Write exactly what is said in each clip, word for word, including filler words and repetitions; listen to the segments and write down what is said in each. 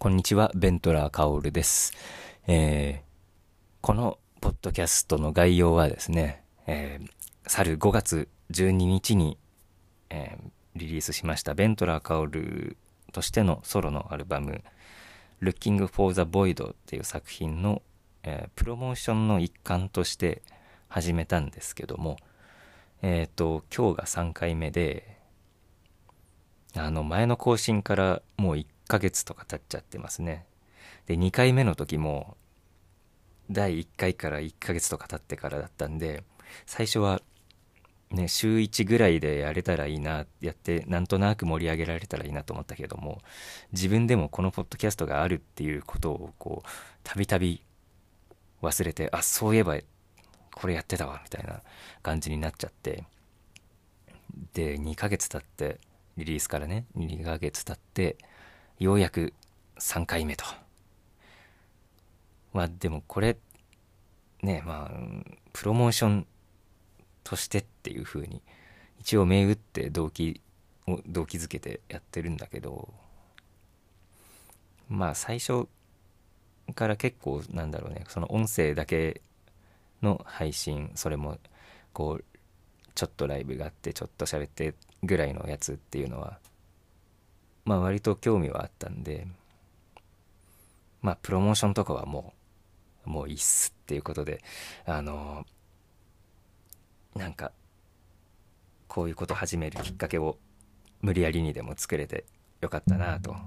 こんにちは、ベントラーカオルです。えー、このポッドキャストの概要はですね、えー、去るごがつじゅうににちに、えー、リリースしましたベントラーカオルとしてのソロのアルバム Looking for the Void っていう作品の、えー、プロモーションの一環として始めたんですけども、えっと、今日がさんかいめで、あの前の更新からもういっかげつとか経っちゃってますね。で、にかいめの時もだいいっかいからいっかげつとか経ってからだったんで、最初はね、週いちぐらいでやれたらいいな、やってなんとなく盛り上げられたらいいなと思ったけども、自分でもこのポッドキャストがあるっていうことをこうたびたび忘れて、あ、そういえばこれやってたわみたいな感じになっちゃって、でにかげつ経って、リリースからねにかげつ経ってようやくさんかいめと。まあでもこれね、まあプロモーションとしてっていう風に一応銘打って動機を動機づけてやってるんだけど、まあ最初から結構なんだろうね、その音声だけの配信、それもこうちょっとライブがあってちょっと喋ってぐらいのやつっていうのはまあ割と興味はあったんで、まあプロモーションとかはもうもういいっすっていうことで、あのなんかこういうこと始めるきっかけを無理やりにでも作れてよかったなと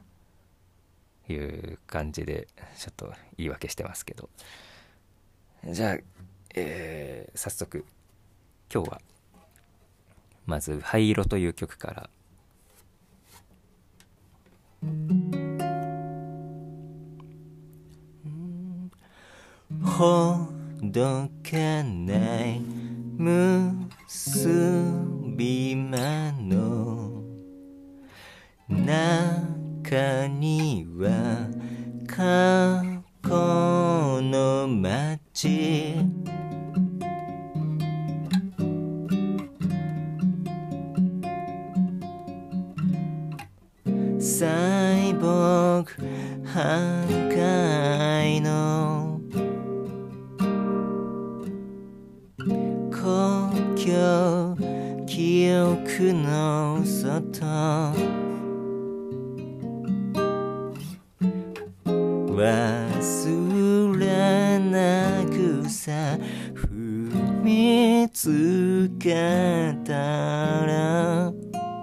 いう感じでちょっと言い訳してますけど、じゃあ、えー早速今日はまず「灰色」という曲から。ほどけない結び目の中には過去の街、サイボーグ半壊の故郷、記憶の外、忘れなくさ踏みつけたら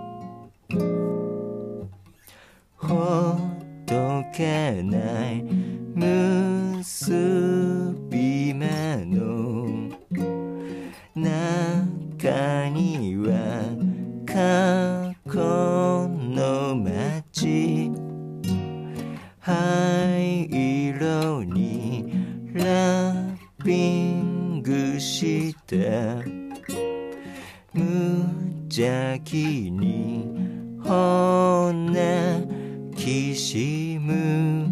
ほどけない結び目の中には過去の街、灰色にラッピングした無邪気に骨きしむ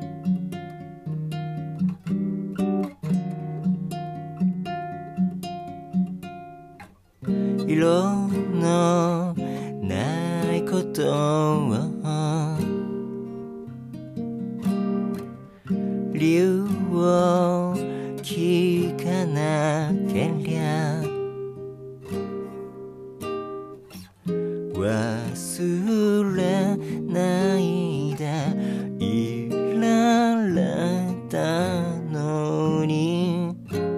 色のないことを理由を聞かなけりゃ忘れないでいられたのに、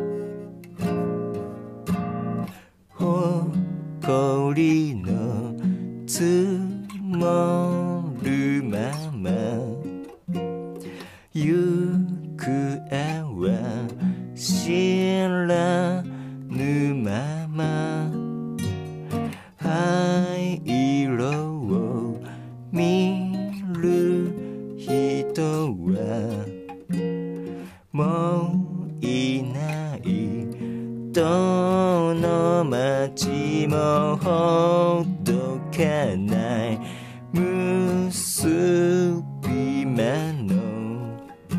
誇りの積もるまま行方は知らぬまま、灰色を見る人はもういない、どの街もほどけない結び目の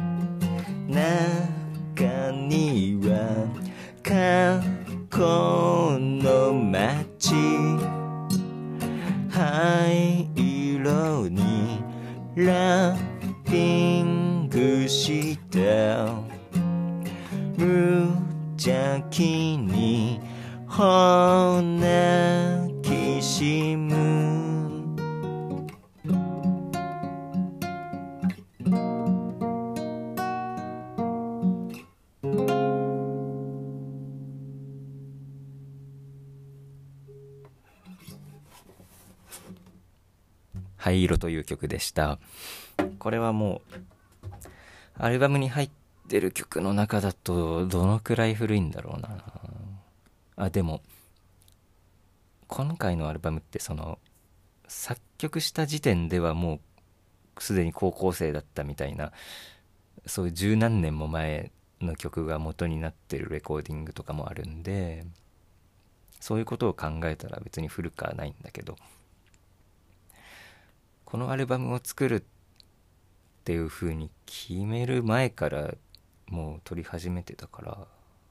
中には過去の街、灰色にラッピングして無邪気に骨きしむ灰色という曲でした。これはもうアルバムに入ってる曲の中だとどのくらい古いんだろうなあ。でも今回のアルバムってその作曲した時点ではもうすでに高校生だったみたいな、そういう十何年も前の曲が元になってるレコーディングとかもあるんで、そういうことを考えたら別に古くはないんだけど、このアルバムを作るっていう風に決める前からもう撮り始めてたから、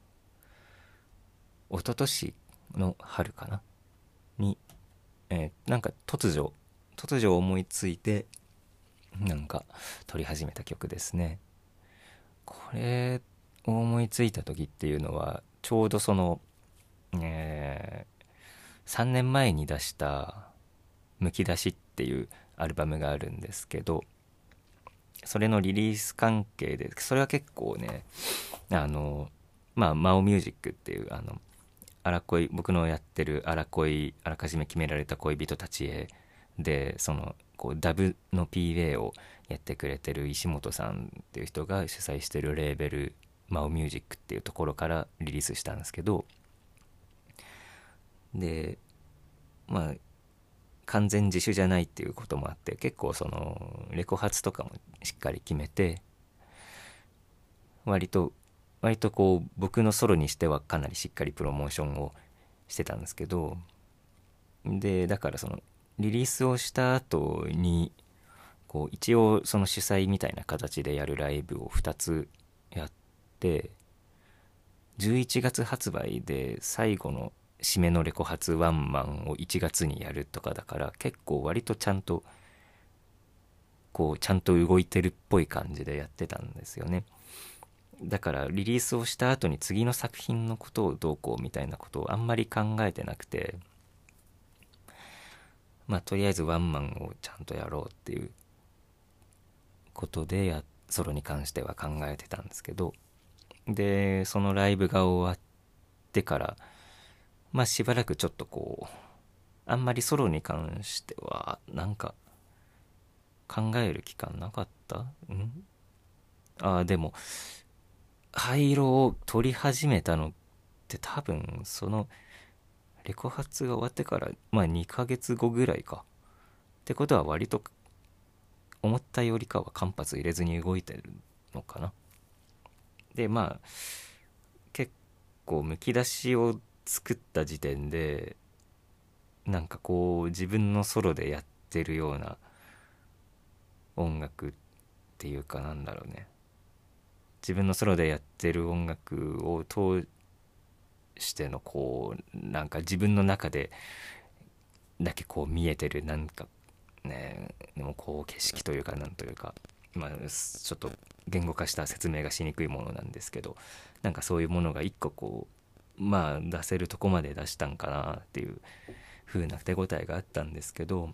一昨年の春かなに、えーなんか突如突如思いついてなんか撮り始めた曲ですね。これを思いついた時っていうのはちょうどその、えーさんねんまえに出したむき出しっていうアルバムがあるんですけど、それのリリース関係で、それは結構ね、あのまあマオミュージックっていうあのあら恋、僕のやってるあら恋、あらかじめ決められた恋人たちへで、そのこうダブの ピーウェイ をやってくれてる石本さんっていう人が主催してるレーベルマオミュージックっていうところからリリースしたんですけど、でまあ完全自主じゃないっていうこともあって、結構そのレコ発とかもしっかり決めて、割と割とこう僕のソロにしてはかなりしっかりプロモーションをしてたんですけど、でだからそのリリースをした後にこう一応その主催みたいな形でやるライブをふたつやって、じゅういちがつ発売で最後の締めのレコ発ワンマンをいちがつにやるとかだから、結構割とちゃんとこうちゃんと動いてるっぽい感じでやってたんですよね。だからリリースをした後に次の作品のことをどうこうみたいなことをあんまり考えてなくて、まあとりあえずワンマンをちゃんとやろうっていうことでやソロに関しては考えてたんですけど、でそのライブが終わってからまあしばらくちょっとこうあんまりソロに関してはなんか考える期間なかったんああでも灰色を撮り始めたのって多分そのレコ発が終わってからまあにかげつごぐらいかってことは、割と思ったよりかは間髪入れずに動いてるのかな。でまあ結構むき出しを作った時点でなんかこう自分のソロでやってるような音楽っていうか、なんだろうね、自分のソロでやってる音楽を通してのこうなんか自分の中でだけこう見えてるなんかね、でもこう景色というかなんというか、まあちょっと言語化した説明がしにくいものなんですけど、なんかそういうものが一個こうまあ出せるとこまで出したんかなっていう風な手応えがあったんですけど、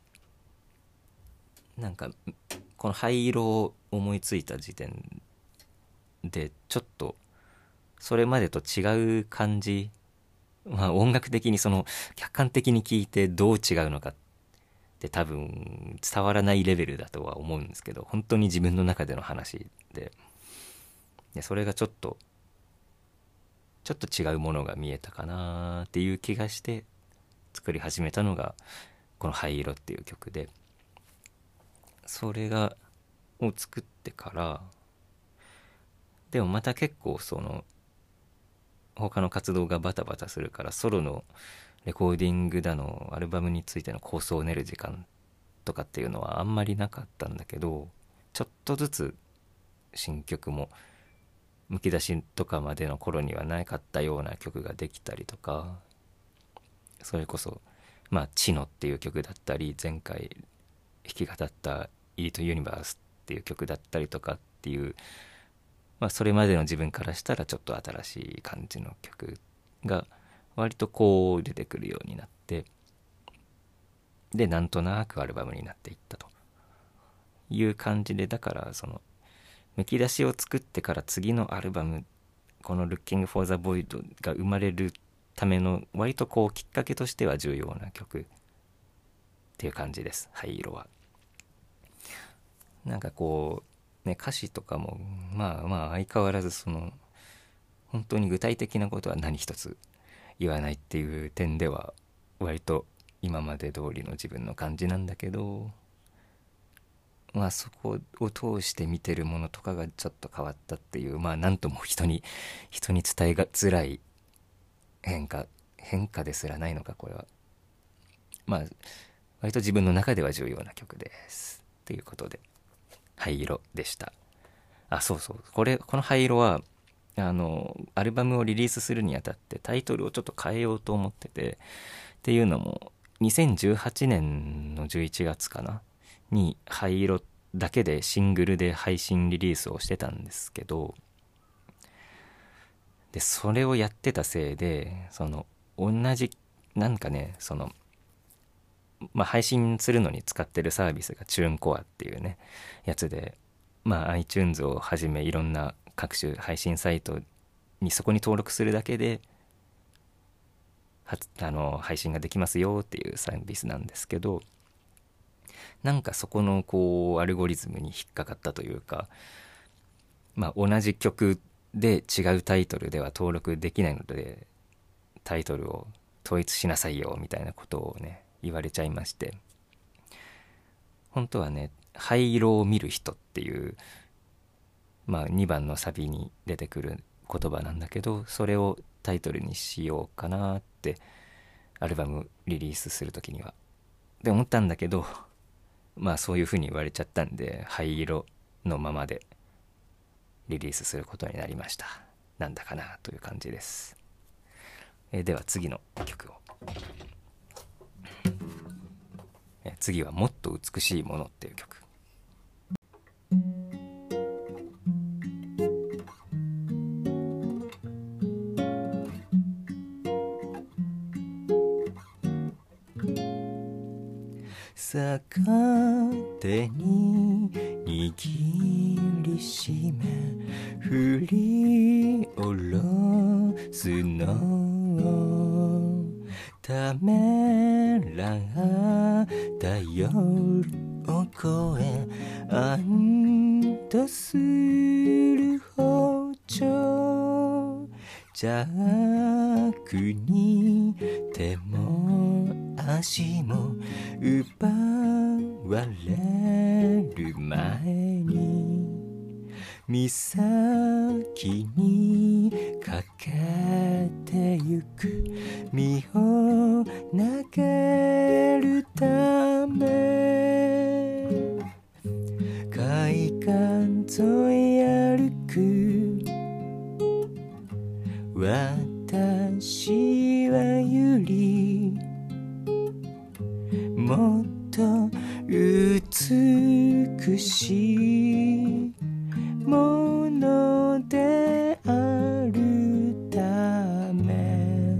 なんかこの灰色を思いついた時点でちょっとそれまでと違う感じ、まあ音楽的にその客観的に聞いてどう違うのかって多分伝わらないレベルだとは思うんですけど、本当に自分の中での話で、でそれがちょっとちょっと違うものが見えたかなっていう気がして作り始めたのがこの灰色っていう曲で、それがを作ってからでもまた結構その他の活動がバタバタするから、ソロのレコーディングだのアルバムについての構想を練る時間とかっていうのはあんまりなかったんだけど、ちょっとずつ新曲もむき出しとかまでの頃にはなかったような曲ができたりとか、それこそまあ「チノ」っていう曲だったり、前回弾き語った「イートユニバース」 っていう曲だったりとかっていう、まあ、それまでの自分からしたらちょっと新しい感じの曲が割とこう出てくるようになって、でなんとなくアルバムになっていったという感じで、だからそのむき出しを作ってから次のアルバム、この Looking for the Void が生まれるための割とこうきっかけとしては重要な曲っていう感じです。灰色はなんかこうね、歌詞とかもまあまあ相変わらずその本当に具体的なことは何一つ言わないっていう点では割と今まで通りの自分の感じなんだけど、まあそこを通して見てるものとかがちょっと変わったっていう、まあなんとも人に人に伝えがづらい変化変化ですらないのかこれは。まあ割と自分の中では重要な曲ですっていうことで灰色でした。あ、そうそう、これこの灰色はあのアルバムをリリースするにあたってタイトルをちょっと変えようと思ってて、っていうのもにせんじゅうはちねんのじゅういちがつかなに灰色だけでシングルで配信リリースをしてたんですけど、でそれをやってたせいでその同じなんかねそのまあ配信するのに使ってるサービスがチューンコアっていうねやつで、まあ iTunes をはじめいろんな各種配信サイトにそこに登録するだけではあの配信ができますよっていうサービスなんですけど、なんかそこのこうアルゴリズムに引っかかったというか、まあ同じ曲で違うタイトルでは登録できないのでタイトルを統一しなさいよみたいなことをね言われちゃいまして、本当はね灰色を見る人っていうまあにばんのサビに出てくる言葉なんだけど、それをタイトルにしようかなってアルバムリリースするときにはで思ったんだけど、まあそういう風に言われちゃったんで灰色のままでリリースすることになりました。なんだかなという感じです。えーでは次の曲を、えー次はもっと美しいものっていう曲。逆手に握りしめ振り下ろすのをためらった夜を越え安堵する包丁邪悪に手も足も奪われる前に岬にかけてゆく身を投げるため海岸沿い歩く私はゆりもっと美しいものであるため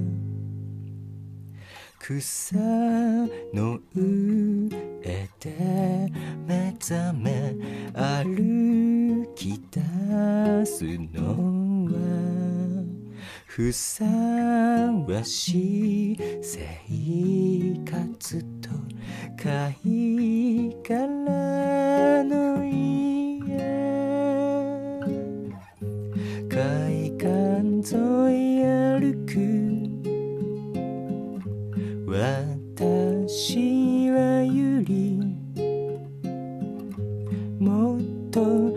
草の上で目覚め歩き出すのはふさわしい生活と貝殻の家海岸沿い歩く私はゆりもっと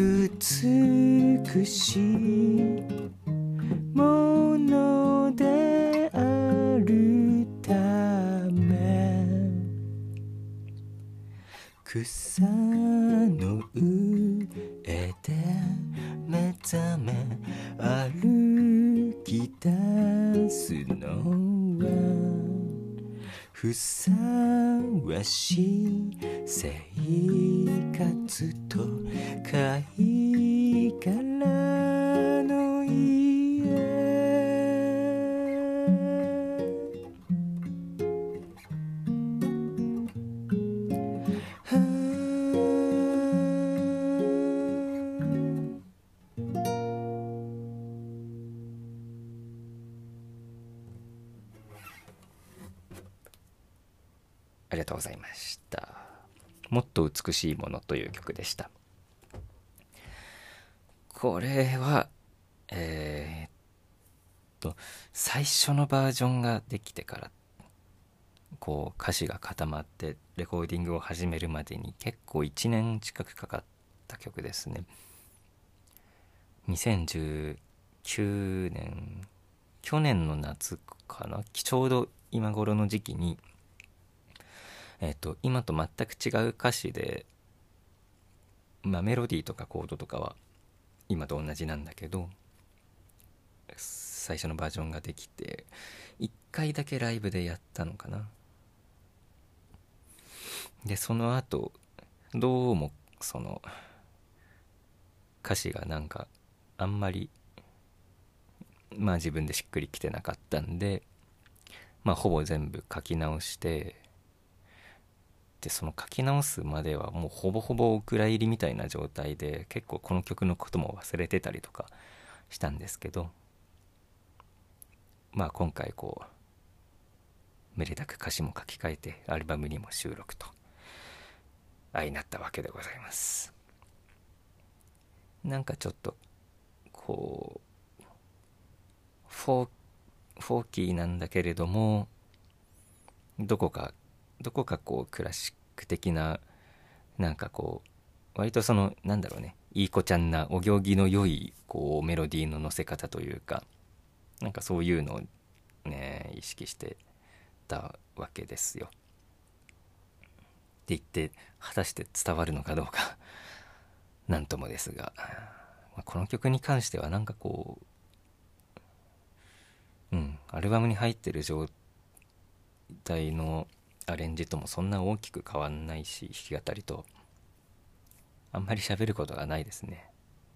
美しいものであるため草の上で目覚め歩き出すのはふさわしい生活スと貝殻の家、はありがとうございました。もっと美しいものという曲でした。これはえー、っと最初のバージョンができてからこう歌詞が固まってレコーディングを始めるまでに結構いちねん近くかかった曲ですね。にせんじゅうきゅうねん、去年の夏かな、ちょうど今頃の時期にえっと今と全く違う歌詞で、まあメロディーとかコードとかは今と同じなんだけど、最初のバージョンができていっかいだけライブでやったのかな。でその後どうもその歌詞がなんかあんまりまあ自分でしっくりきてなかったんで、まあほぼ全部書き直して、でその書き直すまではもうほぼほぼお蔵入りみたいな状態で、結構この曲のことも忘れてたりとかしたんですけど、まあ今回こうめでたく歌詞も書き換えてアルバムにも収録と相なったわけでございます。なんかちょっとこうフォーフォーキーなんだけれども、どこかどこかこうクラシック的な、なんかこう割とそのなんだろうね、いい子ちゃんなお行儀の良いこうメロディーの乗せ方というか、なんかそういうのをね意識してたわけですよ。って言って果たして伝わるのかどうかなんともですが、この曲に関してはなんかこううんアルバムに入ってる状態のアレンジともそんな大きく変わんないし、弾き語りとあんまり喋ることがないですね。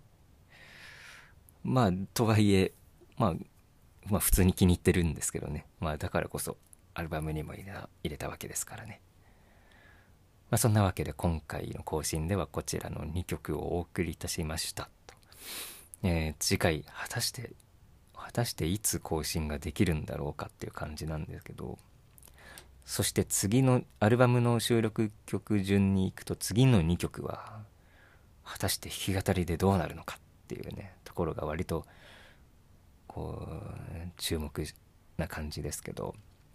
まあとはいえ、まあまあ普通に気に入ってるんですけどね。まあだからこそアルバムにも入れた、入れたわけですからね。まあそんなわけで今回の更新ではこちらのにきょくをお送りいたしましたと。えー、次回果たして果たしていつ更新ができるんだろうかっていう感じなんですけど、そして次のアルバムの収録曲順に行くと次のにきょくは果たして弾き語りでどうなるのかっていうねところが割とこう注目な感じですけど、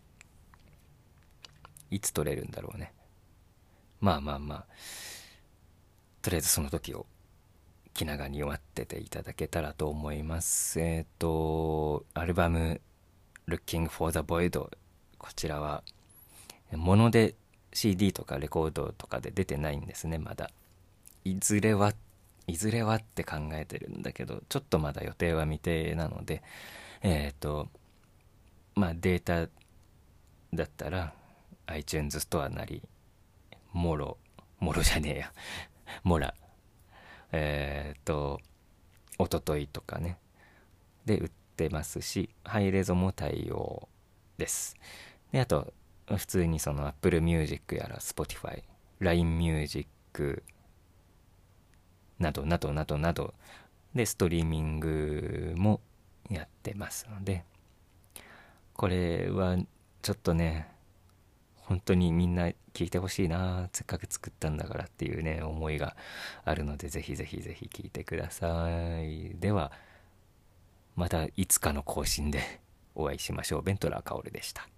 いつ撮れるんだろうね。まあまあまあとりあえずその時を気長に待ってていただけたらと思います。えっ、ー、とアルバム Looking for the Void、 こちらはもので シーディー とかレコードとかで出てないんですね、まだ。いずれはいずれはって考えてるんだけど、ちょっとまだ予定は未定なので、えっ、ー、とまあデータだったら iTunes ストアなりもろもろじゃねえやモラえっ、ー、とおとといとかねで売ってますし、ハイレゾも対応です。であと普通にその Apple Music やら Spotify、 ライン Music などなどなどなどでストリーミングもやってますので、これはちょっとね本当にみんな聞いてほしいな、せっかく作ったんだからっていうね思いがあるので、ぜひぜひぜひ聞いてください。ではまたいつかの更新でお会いしましょう。ベントラーカオルでした。